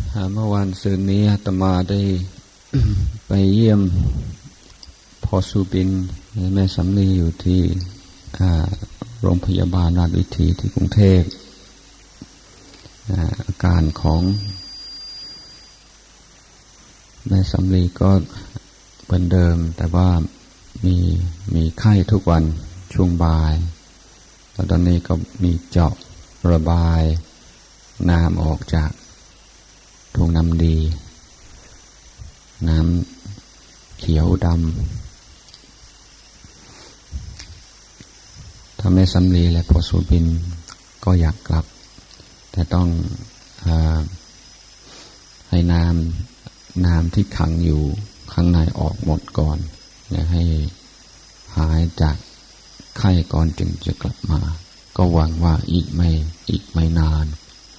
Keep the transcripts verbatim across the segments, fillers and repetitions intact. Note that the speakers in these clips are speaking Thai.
เมื่อวานซืนนี้อาตมาได้ ไปเยี่ยมพ่อสุบินแม่สำลีอยู่ที่โรงพยาบาลราชวิถีที่กรุงเทพอาการของแม่สำลีก็เหมือนเดิมแต่ว่ามีมีไข้ทุกวันช่วงบ่ายแล้วตอนนี้ก็มีเจาะระบายน้ำออกจากถุงน้ำดีน้ำเขียวดำถ้าแม่สำลีและพ่อสุบินก็อยากกลับแต่ต้องเอ่อให้น้ำน้ำที่ขังอยู่ข้างในออกหมดก่อนอยากให้หายจากไข้ก่อนจึงจะกลับมาก็หวังว่าอีกไม่อีกไม่นาน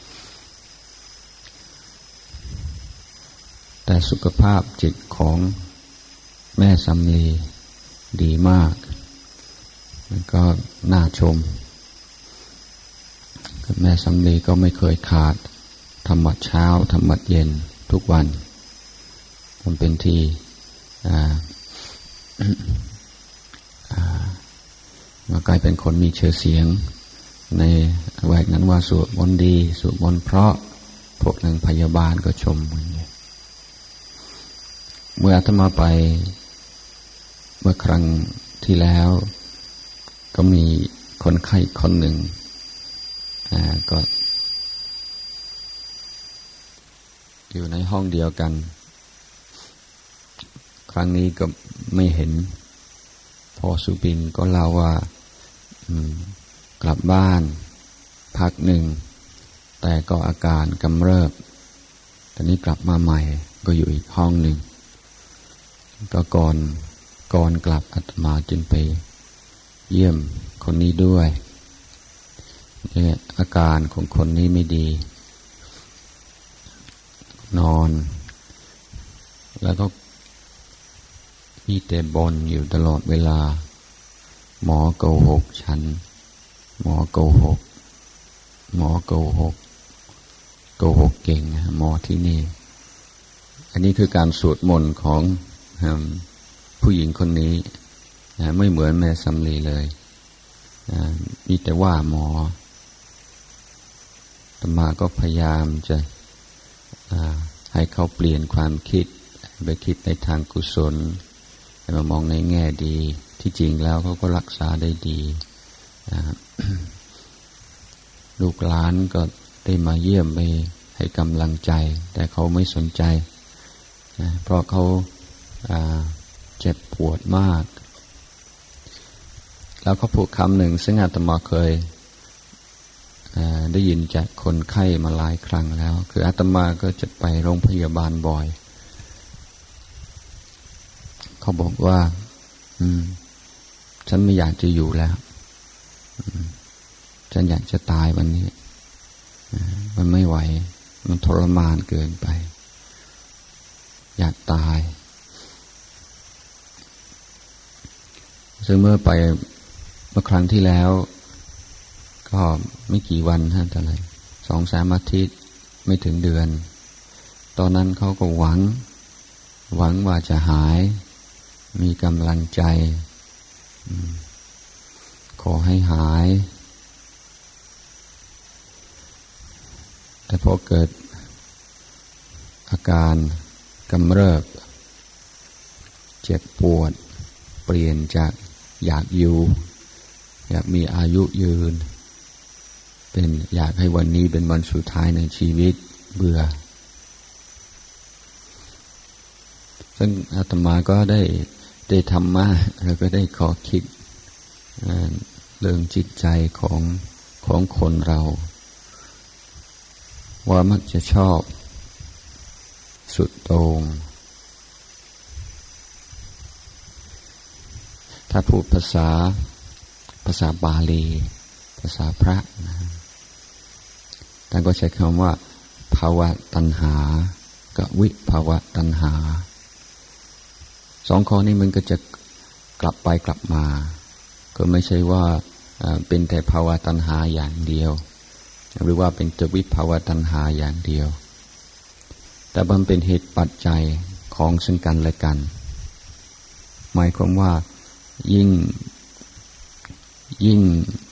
แต่สุขภาพจิตของแม่สำลีดีมากมันก็น่าชมแม่สำลีก็ไม่เคยขาดธรรมะเช้าธรรมะเย็นทุกวันมันเป็นที่อ่า อ่ากลายเป็นคนมีชื่อเสียงในแวกนั้นว่าสวดมนต์ดีสวดมนต์เพราะพวกนางพยาบาลก็ชมเหมือนกันเมื่ออาตมาไปเมื่อครั้งที่แล้วก็มีคนไข้คนหนึ่งอ่าก็อยู่ในห้องเดียวกันครั้งนี้ก็ไม่เห็นพ่อสุบินก็เล่าว่ากลับบ้านพักหนึ่งแต่ก็อาการกำเริบตอนนี้กลับมาใหม่ก็อยู่อีกห้องหนึ่งก็ก่อนก่อนกลับอาตมาจึงไปเยี่ยมคนนี้ด้วยเนี่ยอาการของคนนี้ไม่ดีนอนแล้วก็มีแต่บ่นอยู่ตลอดเวลาหมอโกหกฉันหมอโกหกหมอโกหกโกหกเก่งหมอที่นี่อันนี้คือการสวดมนต์ของผู้หญิงคนนี้ไม่เหมือนแม่สำลีเลยมีแต่ว่าหมออาตมาก็พยายามจะให้เขาเปลี่ยนความคิดไปคิดในทางกุศลให้มามองในแง่ดีที่จริงแล้วเขาก็รักษาได้ดี ลูกหลานก็ได้มาเยี่ยมไปให้กำลังใจแต่เขาไม่สนใจเพราะเขาเจ็บปวดมากแล้วเขาพูดคำหนึ่งซึ่งอาตมาเคยได้ยินจากคนไข้มาหลายครั้งแล้วคืออาตมาก็จะไปโรงพยาบาลบ่อยเขาบอกว่าอืมฉันไม่อยากจะอยู่แล้วฉันอยากจะตายวันนี้มันไม่ไหวมันทรมานเกินไปอยากตายซึ่งเมื่อไปเมื่อครั้งที่แล้วก็ไม่กี่วันฮะแต่อะไรสองสามอาทิตย์ไม่ถึงเดือนตอนนั้นเขาก็หวังหวังว่าจะหายมีกำลังใจขอให้หายแต่พอเกิดอาการกำเริบเจ็บปวดเปลี่ยนจากอยากอยู่อยากมีอายุยืนเป็นอยากให้วันนี้เป็นวันสุดท้ายในชีวิตเบื่อซึ่งอาตมาก็ได้ได้ธรรมะแล้วก็ได้ขอคิดเรื่องจิตใจของของคนเราว่ามักจะชอบสุดโต่งถ้าพูดภาษาภาษาบาลีภาษาพระนะท่านก็ใช้คำว่าภาวะตัณหากับวิภาวะตัณหาสองข้อนี้มันก็จะกลับไปกลับมาก็ไม่ใช่ว่าเป็นแต่ภาวะตัณหาอย่างเดียวหรือว่าเป็นแต่วิภาวะตัณหาอย่างเดียวแต่มันเป็นเหตุปัจจัยของซึ่งกันและกันหมายความว่ายิ่งยิ่ง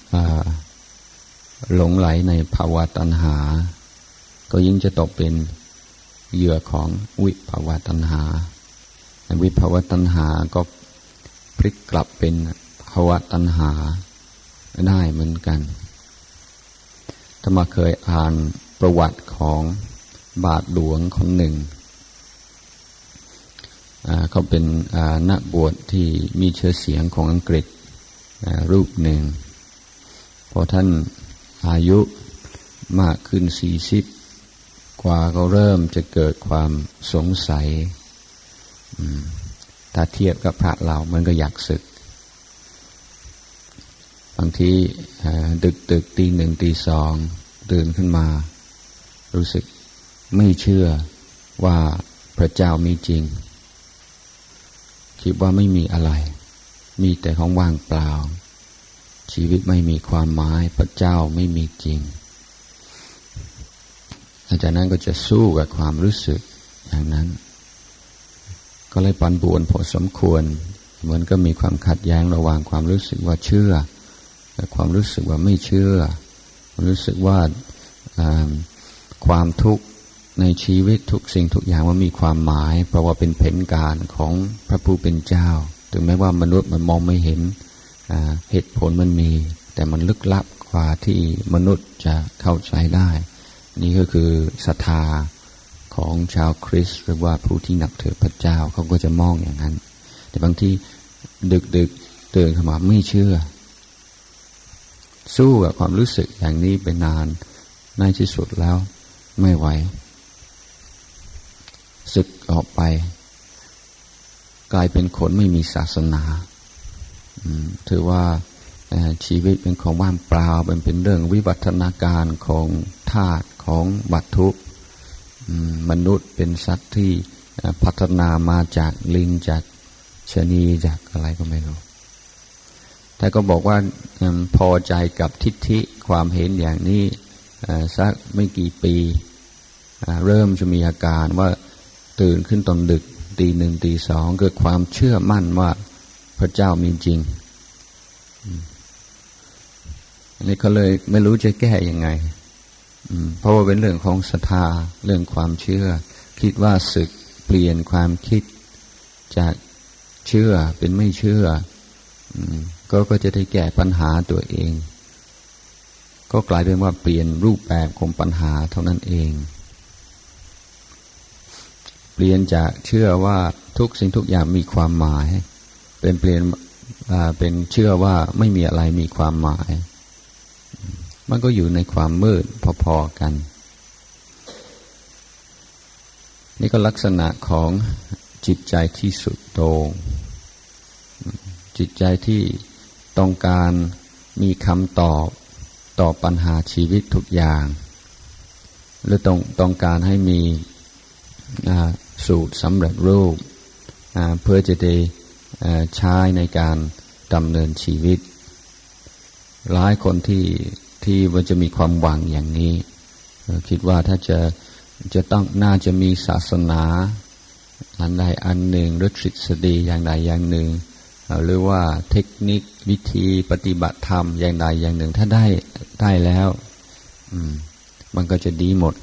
หลงไหลในภาวะตัณหาก็ยิ่งจะตกเป็นเหยื่อของวิภาวะตัณหาวิภาวะตัณหาก็พลิกกลับเป็นภาวะตัณหาได้เหมือนกันถ้ามาเคยอ่านประวัติของบาทหลวงคนหนึ่งเขาเป็นนักบวชที่มีเชื้อเสียงของอังกฤษรูปหนึ่งพอท่านอายุมากขึ้นสี่สิบกว่าก็เริ่มจะเกิดความสงสัยถ้าเทียบกับพระเรามันก็อยากศึกบางทีดึกดึกตีหนึ่งตีสองตื่นขึ้นมารู้สึกไม่เชื่อว่าพระเจ้ามีจริงคิดว่าไม่มีอะไรมีแต่ของว่างเปล่าชีวิตไม่มีความหมายพระเจ้าไม่มีจริงหลังจากนั้นก็จะสู้กับความรู้สึกอย่างนั้นก็เลยปั่นป่วนพอสมควรเหมือนก็มีความขัดแย้งระหว่างความรู้สึกว่าเชื่อและความรู้สึกว่าไม่เชื่อรู้สึกว่าความทุกข์ในชีวิตทุกสิ่งทุกอย่างว่ามีความหมายเพราะว่าเป็นแผนการของพระผู้เป็นเจ้าถึงแม้ว่ามนุษย์มันมองไม่เห็นเหตุผลมันมีแต่มันลึกลับกว่าที่มนุษย์จะเข้าใจได้นี่ก็คือศรัทธาของชาวคริสต์หรือว่าผู้ที่นับถือพระเจ้าเขาก็จะมองอย่างนั้นแต่บางทีดึกๆตื่นขึ้นมาไม่เชื่อสู้กับความรู้สึกอย่างนี้ไปนานในที่สุดแล้วไม่ไหวสึกออกไปกลายเป็นคนไม่มีศาสนาถือว่าชีวิตเป็นของว่างเปล่าเป็นเป็นเรื่องวิวัฒนาการของธาตุของวัตถุมนุษย์เป็นสัตว์ที่พัฒนามาจากลิงจากชะนีจากอะไรก็ไม่รู้แต่ก็บอกว่าพอใจกับทิฏฐิความเห็นอย่างนี้สักไม่กี่ปีเริ่มจะมีอาการว่าตื่นขึ้นตอนดึกตีหนึ่งตีสองเกิดความเชื่อมั่นว่าพระเจ้ามีจริงอันนี้เขาเลยไม่รู้จะแก้ยังไงเพราะว่าเป็นเรื่องของศรัทธาเรื่องความเชื่อคิดว่าศึกเปลี่ยนความคิดจากเชื่อเป็นไม่เชื่อก็ก็จะได้แก้ปัญหาตัวเองก็กลายเป็นว่าเปลี่ยนรูปแบบของปัญหาเท่านั้นเองเปลี่ยนจากเชื่อว่าทุกสิ่งทุกอย่างมีความหมายเป็นเปลี่ยนเป็นเชื่อว่าไม่มีอะไรมีความหมายมันก็อยู่ในความมืดพอๆกันนี่ก็ลักษณะของจิตใจที่สุดโต่งจิตใจที่ต้องการมีคำตอบต่อปัญหาชีวิตทุกอย่างหรือต้องต้องการให้มีสูตรสำเร็จรูปเพื่อจะได้ใช้ในการดำเนินชีวิตหลายคนที่ที่ว่าจะมีความหวังอย่างนี้คิดว่าถ้าจะจะต้องน่าจะมีศาสนาอันใดอันหนึ่งหรือทฤษฎีอย่างใดอย่างหนึ่งหรือว่าเทคนิควิธีปฏิบัติธรรมอย่างใดอย่างหนึ่งถ้าได้ได้แล้วมันก็จะดีหมด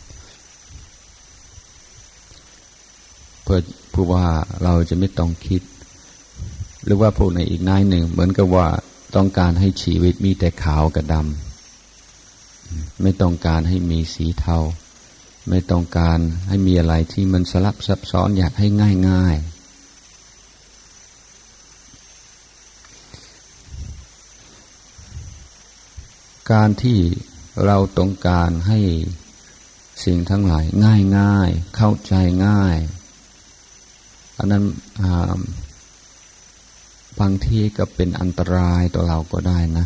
เพื่อผู้ว่าเราจะไม่ต้องคิดหรือว่าพูดในอีกนายหนึ่งเหมือนกับว่าต้องการให้ชีวิตมีแต่ขาวกับดำไม่ต้องการให้มีสีเทาไม่ต้องการให้มีอะไรที่มันสลับซับซ้อนอยากให้ง่ายๆการที่เราต้องการให้สิ่งทั้งหลายง่ายๆเข้าใจง่ายอันนั้นบางทีก็เป็นอันตรายต่อเราก็ได้นะ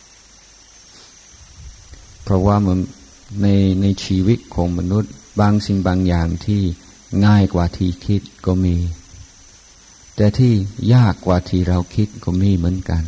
เพราะว่ามันในในชีวิตของมนุษย์บางสิ่งบางอย่างที่ง่ายกว่าที่คิดก็มีแต่ที่ยากกว่าที่เราคิดก็มีเหมือนกัน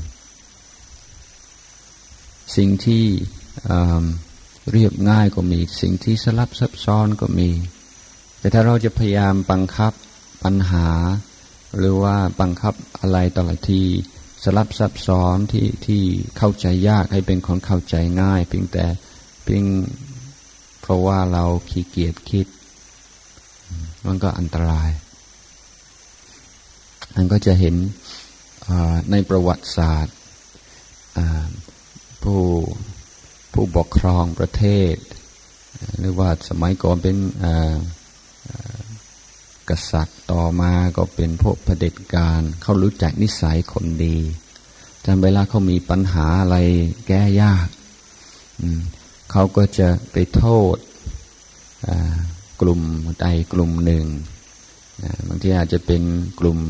สิ่งที่เรียบง่ายก็มีสิ่งที่สลับซับซ้อนก็มีแต่ถ้าเราจะพยายามบังคับปัญหาหรือว่าบังคับอะไรต่ออะไรที่สลับซับซ้อนที่ที่เข้าใจยากให้เป็นคนเข้าใจง่ายเพียงแต่เพียงเพราะว่าเราขี้เกียจคิดมันก็อันตรายมันก็จะเห็นในประวัติศาสตร์ผู้ผู้ปกครองประเทศหรือว่าสมัยก่อนเป็นกษัตริย์ต่อมาก็เป็นพวกเผด็จการเขารู้จักนิสัยคนดีจำเวลาเขามีปัญหาอะไรแก้ยากเขาก็จะไปโทษกลุ่มใดกลุ่มหนึ่งบางทีอาจจะเป็นกลุ่ม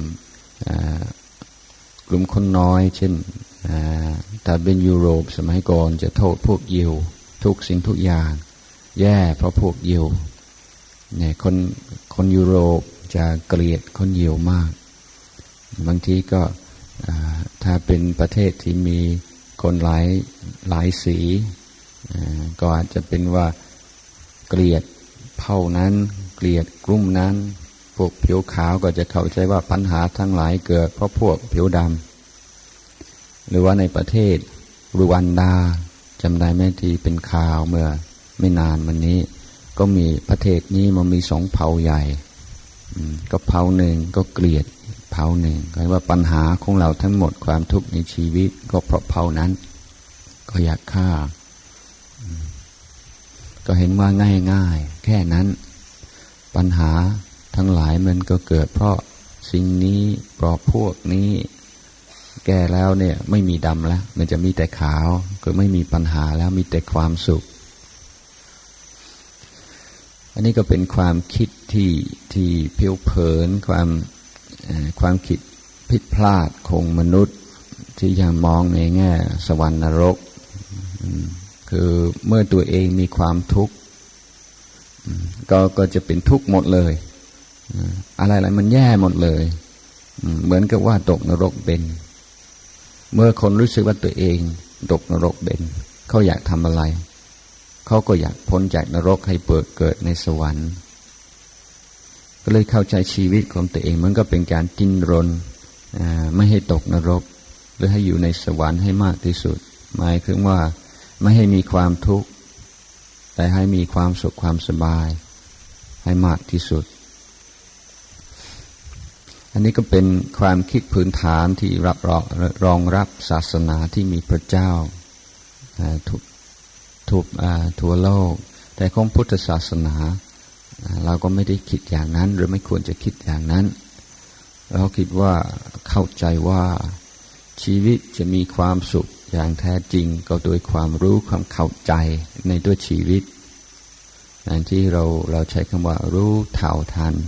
กลุ่มคนน้อยเช่นถ้าเป็นยุโรปสมัยก่อนจะโทษพวกยิวทุกสิ่งทุกอย่างแย่เพราะพวกยิวเนี่ยคนคนยุโรปจะเกลียดคนยิวมากบางทีก็ถ้าเป็นประเทศที่มีคนหลายหลายสีก็อาจจะเป็นว่าเกลียดเผ่านั้นเกลียดกลุ่มนั้นพวกผิวขาวก็จะเข้าใจว่าปัญหาทั้งหลายเกิดเพราะพวกผิวดำหรือว่าในประเทศรุวันดาจำได้ไหมที่เป็นข่าวเมื่อไม่นานมานี้ก็มีประเทศนี้มันมีสองเผ่าใหญ่ก็เผ่าหนึ่งก็เกลียดเผ่าหนึ่งก็ว่าปัญหาของเราทั้งหมดความทุกข์ในชีวิตก็เพราะเผ่านั้นก็อยากฆ่าก็เห็นว่าง่ายๆแค่นั้นปัญหาทั้งหลายมันก็เกิดเพราะสิ่งนี้เพราะพวกนี้แก่แล้วเนี่ยไม่มีดำแล้วมันจะมีแต่ขาวก็ไม่มีปัญหาแล้วมีแต่ความสุขอันนี้ก็เป็นความคิดที่ที่เพี้ยวเผินความความคิดผิดพลาดของมนุษย์ที่ยังมองในแง่สวรรค์นรกคือเมื่อตัวเองมีความทุกข์ก็ก็จะเป็นทุกข์หมดเลยอะไรอะไรมันแย่หมดเลยเหมือนกับว่าตกนรกเป็นเมื่อคนรู้สึกว่าตัวเองตกนรกเป็นเขาอยากทำอะไรเขาก็อยากพ้นจากนรกให้เปิดเกิดในสวรรค์ก็เลยเข้าใจชีวิตของตัวเองมันก็เป็นการดิ้นรนไม่ให้ตกนรกหรือให้อยู่ในสวรรค์ให้มากที่สุดหมายถึงว่าไม่ให้มีความทุกข์แต่ให้มีความสุขความสบายให้มากที่สุดอันนี้ก็เป็นความคิดพื้นฐานที่รับรองรองรับศาสนาที่มีพระเจ้าทุกทุกทั่วโลกแต่ของพุทธศาสนาเราก็ไม่ได้คิดอย่างนั้นหรือไม่ควรจะคิดอย่างนั้นเราคิดว่าเข้าใจว่าชีวิตจะมีความสุขอย่างแท้จริงก็โดยความรู้ความเข้าใจในตัวชีวิตอย่างที่เราเราใช้คำว่ารู้เท่าทัน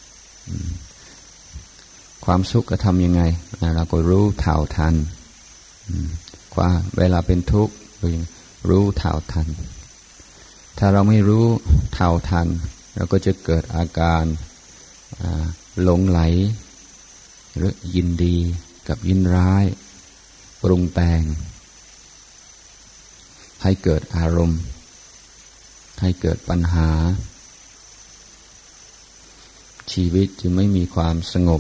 ความสุขก็ทำยังไงเราก็รู้เท่าทันว่าเวลาเป็นทุกข์รู้เท่าทันถ้าเราไม่รู้เท่าทันเราก็จะเกิดอาการหลงไหลหรือยินดีกับยินร้ายปรุงแต่งให้เกิดอารมณ์ให้เกิดปัญหาชีวิตจึงไม่มีความสงบ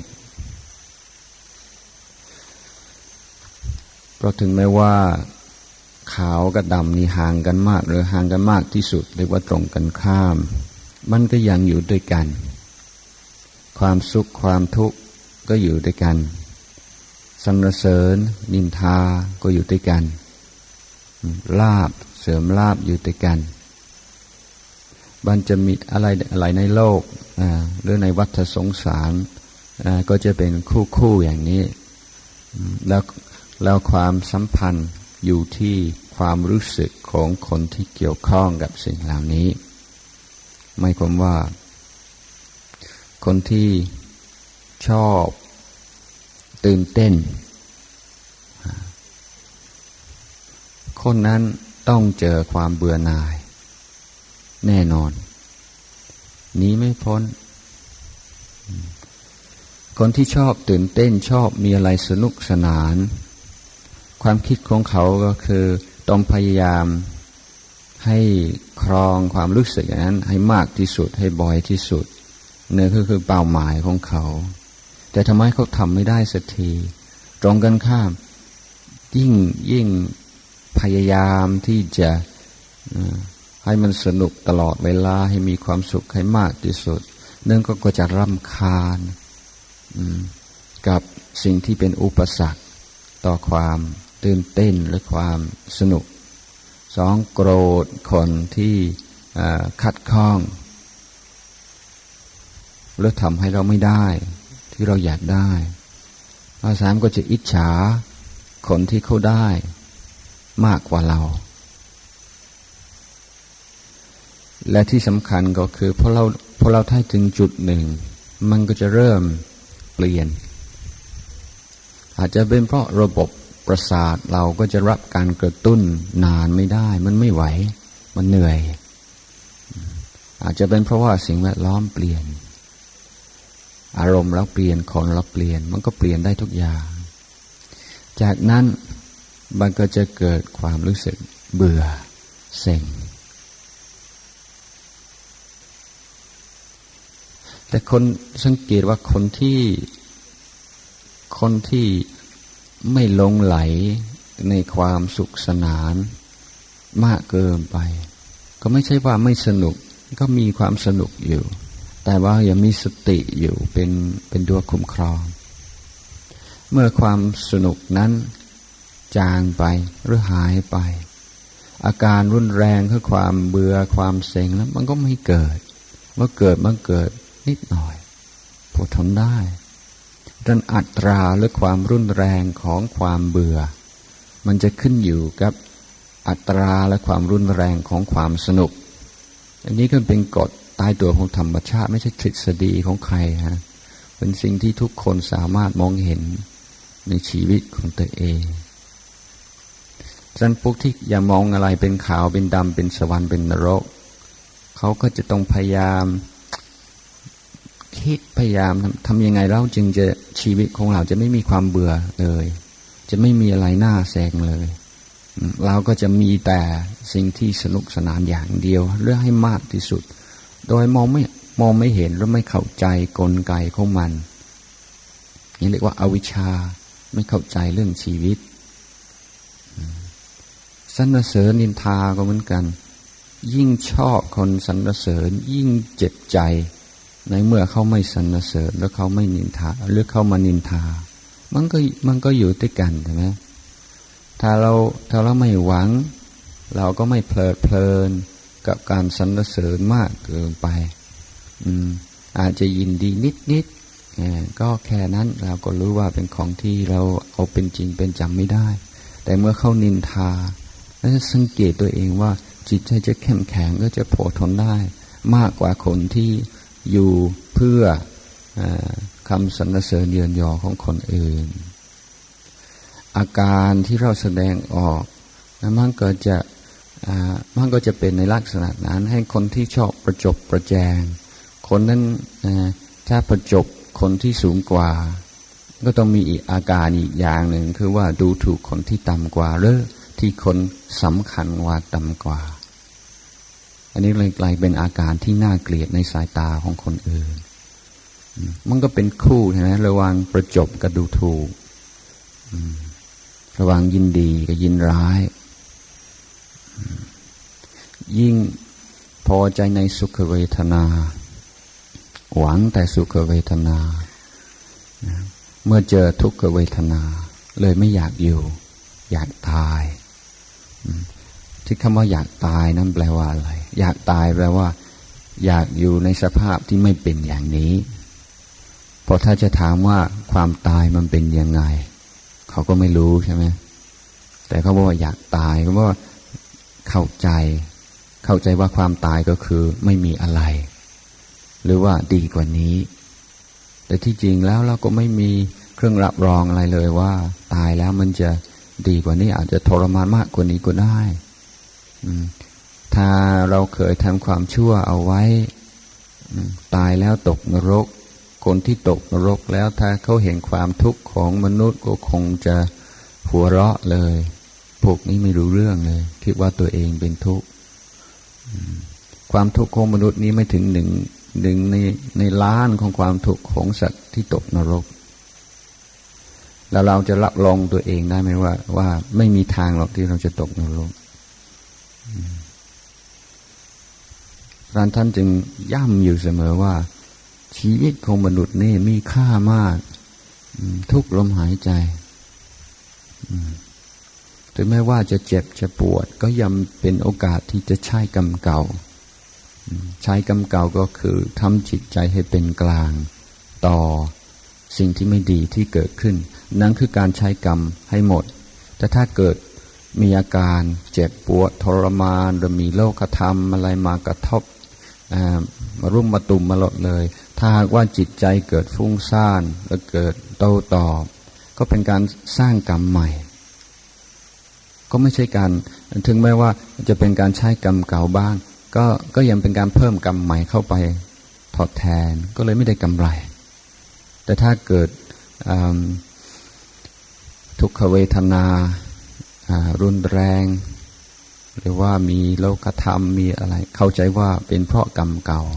เพราะถึงแม้ว่าขาวกับดำนี่ห่างกันมากหรือห่างกันมากที่สุดเรียกว่าตรงกันข้ามมันก็ยังอยู่ด้วยกันความสุขความทุกข์ก็อยู่ด้วยกันสรรเสริญนินทาก็อยู่ด้วยกันลาภเสริมลาภอยู่ด้วยกันมันจะมีอะไรอะไรในโลกหรือในวัฏสงสารก็จะเป็นคู่คู่อย่างนี้แล้วแล้วความสัมพันธ์อยู่ที่ความรู้สึกของคนที่เกี่ยวข้องกับสิ่งเหล่านี้หมายความว่าคนที่ชอบตื่นเต้นคนนั้นต้องเจอความเบื่อหน่ายแน่นอนหนีไม่พ้นคนที่ชอบตื่นเต้นชอบมีอะไรสนุกสนานความคิดของเขาก็คือต้องพยายามให้ครองความรู้สึกอย่างนั้นให้มากที่สุดให้บ่อยที่สุดเนี่ยก็คือเป้าหมายของเขาแต่ทำไมเขาทำไม่ได้สักทีตรงกันข้ามยิ่งยิ่งพยายามที่จะให้มันสนุกตลอดเวลาให้มีความสุขให้มากที่สุดนั่นก็ก็จะรำคาญกับสิ่งที่เป็นอุปสรรคต่อความตื่นเต้นหรือความสนุกสองโกรธคนที่ขัดข้องหรือทำให้เราไม่ได้ที่เราอยากได้ข้อสามก็จะอิจฉาคนที่เขาได้มากกว่าเราและที่สำคัญก็คือพอเราพอเราได้ถึงจุดหนึ่งมันก็จะเริ่มเปลี่ยนอาจจะเป็นเพราะระบบประสาทเราก็จะรับการกระตุ้นนานไม่ได้มันไม่ไหวมันเหนื่อยอาจจะเป็นเพราะว่าสิ่งแวดล้อมเปลี่ยนอารมณ์เราเปลี่ยนคนเราเปลี่ยนมันก็เปลี่ยนได้ทุกอย่างจากนั้นมันก็จะเกิดความรู้สึกเบื่อเซ็งแต่คนสังเกตว่าคนที่คนที่ไม่หลงไหลในความสุขสนานมากเกินไปก็ไม่ใช่ว่าไม่สนุกก็มีความสนุกอยู่แต่ว่ายังมีสติอยู่เป็นเป็นตัวคุ้มครองเมื่อความสนุกนั้นจางไปหรือหายไปอาการรุนแรงคือความเบื่อความเซ็งแล้วมันก็ไม่เกิดเมื่อเกิดมันเกิดนิดหน่อยพอทนได้ดังอัตราหรือความรุนแรงของความเบื่อมันจะขึ้นอยู่กับอัตราและความรุนแรงของความสนุกอันนี้ก็เป็นกฎตายตัวของธรรมชาติไม่ใช่ทฤษฎีของใครฮะเป็นสิ่งที่ทุกคนสามารถมองเห็นในชีวิตของตัวเองฉะนั้นพวกที่อย่ามองอะไรเป็นขาวเป็นดำเป็นสวรรค์เป็นนรกเขาก็จะต้องพยายามคิดพยายามทำยังไงเราจึงจะชีวิตของเราจะไม่มีความเบื่อเลยจะไม่มีอะไรน่าแซงเลยเราก็จะมีแต่สิ่งที่สนุกสนานอย่างเดียวเรื่องให้มากที่สุดโดยมองไม่มองไม่เห็นหรือไม่เข้าใจกลไกของมันนี่เรียกว่าอวิชชาไม่เข้าใจเรื่องชีวิตสรรเสริญนินทาก็เหมือนกันยิ่งชอบคนสรรเสริญยิ่งเจ็บใจในเมื่อเขาไม่สรรเสริญแล้วเขาไม่นินทาหรือเขามานินทามันก็มันก็อยู่ด้วยกันใช่ไหมถ้าเราถ้าเราไม่หวังเราก็ไม่เพลิดเพลินกับการสรรเสริญมากเกินไปอืมอาจจะยินดีนิดนิดก็แค่นั้นเราก็รู้ว่าเป็นของที่เราเอาเป็นจริงเป็นจังไม่ได้แต่เมื่อเขานินทาแล้วสังเกตตัวเองว่าจิตใจจะเข้มแข็งก็จะโผล่ทนได้มากกว่าคนที่อยู่เพื่อคำสรรเสริญเยือนยอของคนอื่นอาการที่เราแสดงออกมันก็จะมันก็จะเป็นในลักษณะนั้นให้คนที่ชอบประจบประแจงคนนั้นถ้าประจบคนที่สูงกว่าก็ต้องมีอีกอาการอีกอย่างหนึ่งคือว่าดูถูกคนที่ต่ำกว่าหรือที่คนสำคัญว่าต่ำกว่าอันนี้เลยกลายเป็นอาการที่น่าเกลียดในสายตาของคนอื่นมันก็เป็นคู่ใช่ไหมระหว่างประจบกับดูถูกระหว่างยินดีกับยินร้ายยิ่งพอใจในสุขเวทนาหวังแต่สุขเวทนาเมื่อเจอทุกขเวทนาเลยไม่อยากอยู่อยากตายที่คำว่าอยากตายนั้นแปลว่าอะไรอยากตายแปลว่าอยากอยู่ในสภาพที่ไม่เป็นอย่างนี้พอถ้าจะถามว่าความตายมันเป็นยังไงเขาก็ไม่รู้ใช่ไหมแต่เขาบอกว่าอยากตายเพราะว่าเข้าใจเข้าใจว่าความตายก็คือไม่มีอะไรหรือว่าดีกว่านี้แต่ที่จริงแล้วเราก็ไม่มีเครื่องรับรองอะไรเลยว่าตายแล้วมันจะดีกว่านี้อาจจะทรมานมากกว่านี้ก็ได้ถ้าเราเคยทำความชั่วเอาไว้ตายแล้วตกนรกคนที่ตกนรกแล้วถ้าเขาเห็นความทุกข์ของมนุษย์ก็คงจะหัวเราะเลยพวกนี้ไม่รู้เรื่องเลยคิดว่าตัวเองเป็นทุกข์ความทุกข์ของมนุษย์นี้ไม่ถึงหนึ่งหนึ่งในในล้านของความทุกข์ของสัตว์ที่ตกนรกแล้วเราจะรับรองตัวเองได้ไหมว่าว่าไม่มีทางหรอกที่เราจะตกนรกพระท่านจึงย้ำอยู่เสมอว่าชีวิตของมนุษย์นี่มีค่ามากทุกลมหายใจถึงแม้ว่าจะเจ็บจะปวดก็ยังเป็นโอกาสที่จะใช้กรรมเก่าใช้กรรมเก่าก็คือทำจิตใจให้เป็นกลางต่อสิ่งที่ไม่ดีที่เกิดขึ้นนั่นคือการใช้กรรมให้หมดแต่ถ้าเกิดมีอาการเจ็บปวดทรมานหรือมีโรคธรรมอะไรมากระทบมารุ่มมาตุ่มมาหลดเลยถ้าหากว่าจิตใจเกิดฟุ้งซ่านและเกิดโต้ตอบก็เป็นการสร้างกรรมใหม่ก็ไม่ใช่การถึงแม้ว่าจะเป็นการใช้กรรมเก่าบ้างก็ก็ยังเป็นการเพิ่มกรรมใหม่เข้าไปทดแทนก็เลยไม่ได้กำไรแต่ถ้าเกิดทุกขเวทนารุนแรงหรือว่ามีโลกธรรมมีอะไรเข้าใจว่าเป็นเพราะกรรมเก่า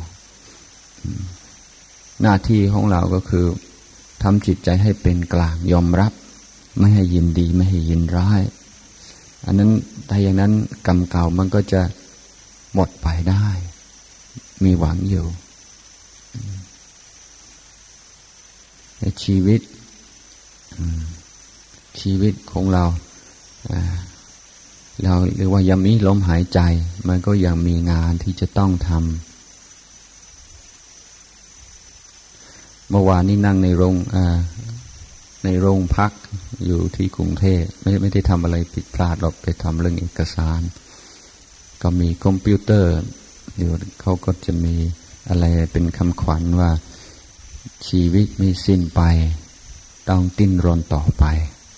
หน้าที่ของเราก็คือทำจิตใจให้เป็นกลางยอมรับไม่ให้ยินดีไม่ให้ยินร้ายอันนั้นถ้าอย่างนั้นกรรมเก่ามันก็จะหมดไปได้มีหวังอยู่ในชีวิตชีวิตของเราเราเรียกว่ายังมีลมหายใจมันก็ยังมีงานที่จะต้องทำเมื่อวานนี้นั่งในโรงในโรงพักอยู่ที่กรุงเทพไม่ไม่ได้ทำอะไรผิดพลาดหรอกไปทำเรื่องเอกสารก็มีคอมพิวเตอร์อยู่เขาก็จะมีอะไรเป็นคำขวัญว่าชีวิตไม่สิ้นไปต้องดิ้นรนต่อไป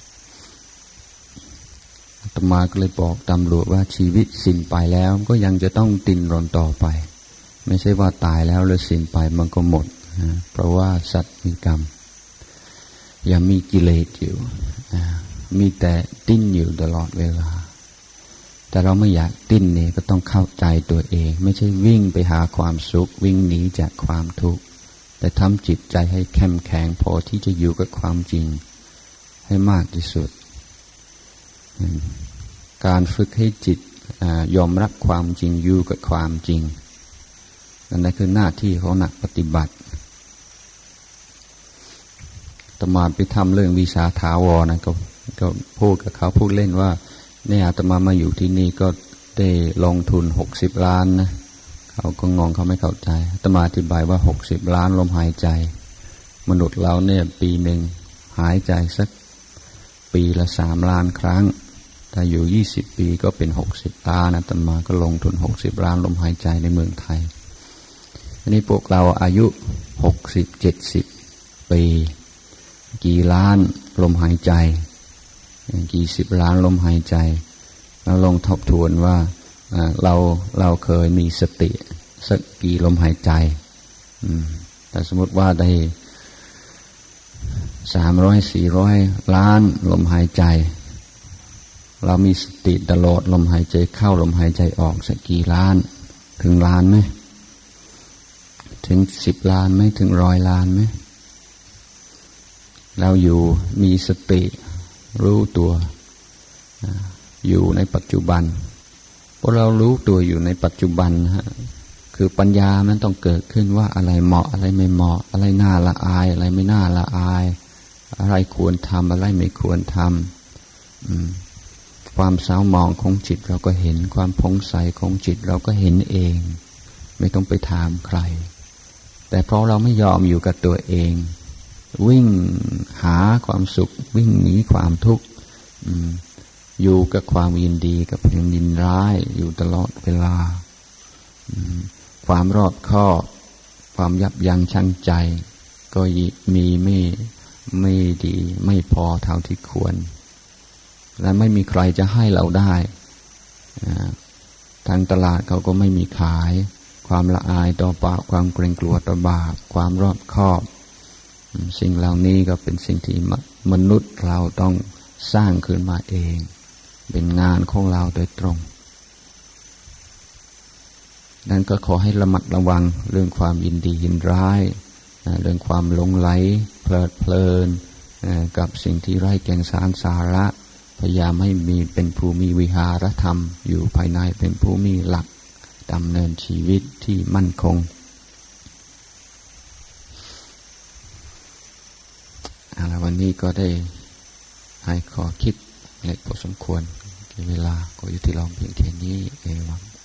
อาตมาก็เลยบอกตำรวจว่าชีวิตสิ้นไปแล้วก็ยังจะต้องดิ้นรนต่อไปไม่ใช่ว่าตายแล้วแล้วสิ้นไปมันก็หมดนะเพราะว่าสัตว์มีกรรมยังมีกิเลสอยู่มีแต่ดิ้นอยู่ตลอดเวลาแต่เราไม่อยากดิ้นเนี่ยก็ต้องเข้าใจตัวเองไม่ใช่วิ่งไปหาความสุขวิ่งหนีจากความทุกข์แต่ทำจิตใจให้เข้มแข็งพอที่จะอยู่กับความจริงให้มากที่สุดการฝึกให้จิตยอมรับความจริงอยู่กับความจริงนั่นคือหน้าที่ของนักปฏิบัติอาตมาไปทำเรื่องวิชาถาวรนะก็ก็พูดกับเขาพูดเล่นว่าเนี่ยอาตมามาอยู่ที่นี่ก็ได้ลงทุนหกสิบล้านนะเขาก็งงเขาไม่เข้าใจอาตมาอธิบายว่าหกสิบล้านลมหายใจมนุษย์เราเนี่ยปีหนึ่งหายใจสักปีละสามล้านครั้งถ้าอยู่ยี่สิบปีก็เป็นหกสิบล้านอาตมาก็ลงทุนหกสิบล้านลมหายใจในเมืองไทยอันนี้พวกเราอายุหกสิบเจ็ดสิบปีกี่ล้านลมหายใจกี่สิบล้านลมหายใจแล้วลองทบทวนว่าเราเราเคยมีสติสักกี่ลมหายใจแต่สมมติว่าได้สามร้อยสี่ร้อยล้านลมหายใจเรามีสติตลอดลมหายใจเข้าลมหายใจออกสักกี่ล้านถึงล้านไหมถึงสิบล้านไหมถึงร้อยล้านไหมเราอยู่มีสติรู้ตัวอยู่ในปัจจุบันพอเรารู้ตัวอยู่ในปัจจุบันฮะคือปัญญามันต้องเกิดขึ้นว่าอะไรเหมาะอะไรไม่เหมาะอะไรน่าละอายอะไรไม่น่าละอายอะไรควรทำอะไรไม่ควรทำความเศร้าหมองของจิตเราก็เห็นความผ่องใสของจิตเราก็เห็นเองไม่ต้องไปถามใครแต่เพราะเราไม่ยอมอยู่กับตัวเองวิ่งหาความสุขวิ่งหนีความทุกข์อยู่กับความยินดีกับความยินร้ายอยู่ตลอดเวลาความรอบคอบความยับยั้งชั่งใจก็มีไม่ไม่ดีไม่พอเท่าที่ควรและไม่มีใครจะให้เราได้ทางตลาดเขาก็ไม่มีขายความละอายต่อบาปความเกรงกลัวต่อบาปความรอบคอบสิ่งเหล่านี้ก็เป็นสิ่งที่มนุษย์เราต้องสร้างขึ้นมาเองเป็นงานของเราโดยตรงนั้นก็ขอให้ระมัดระวังเรื่องความยินดียินร้ายเรื่องความหลงไหลเพลิดเพลินกับสิ่งที่ไร้แก่นสารสาระพยายามให้มีเป็นผู้มีวิหารธรรมอยู่ภายในเป็นผู้มีหลักดำเนินชีวิตที่มั่นคงอะไรวันนี้ก็ได้ให้ขอคิดเล็กพอสมควรเวลาก็อยู่ที่เราเพียงแค่นี้เอง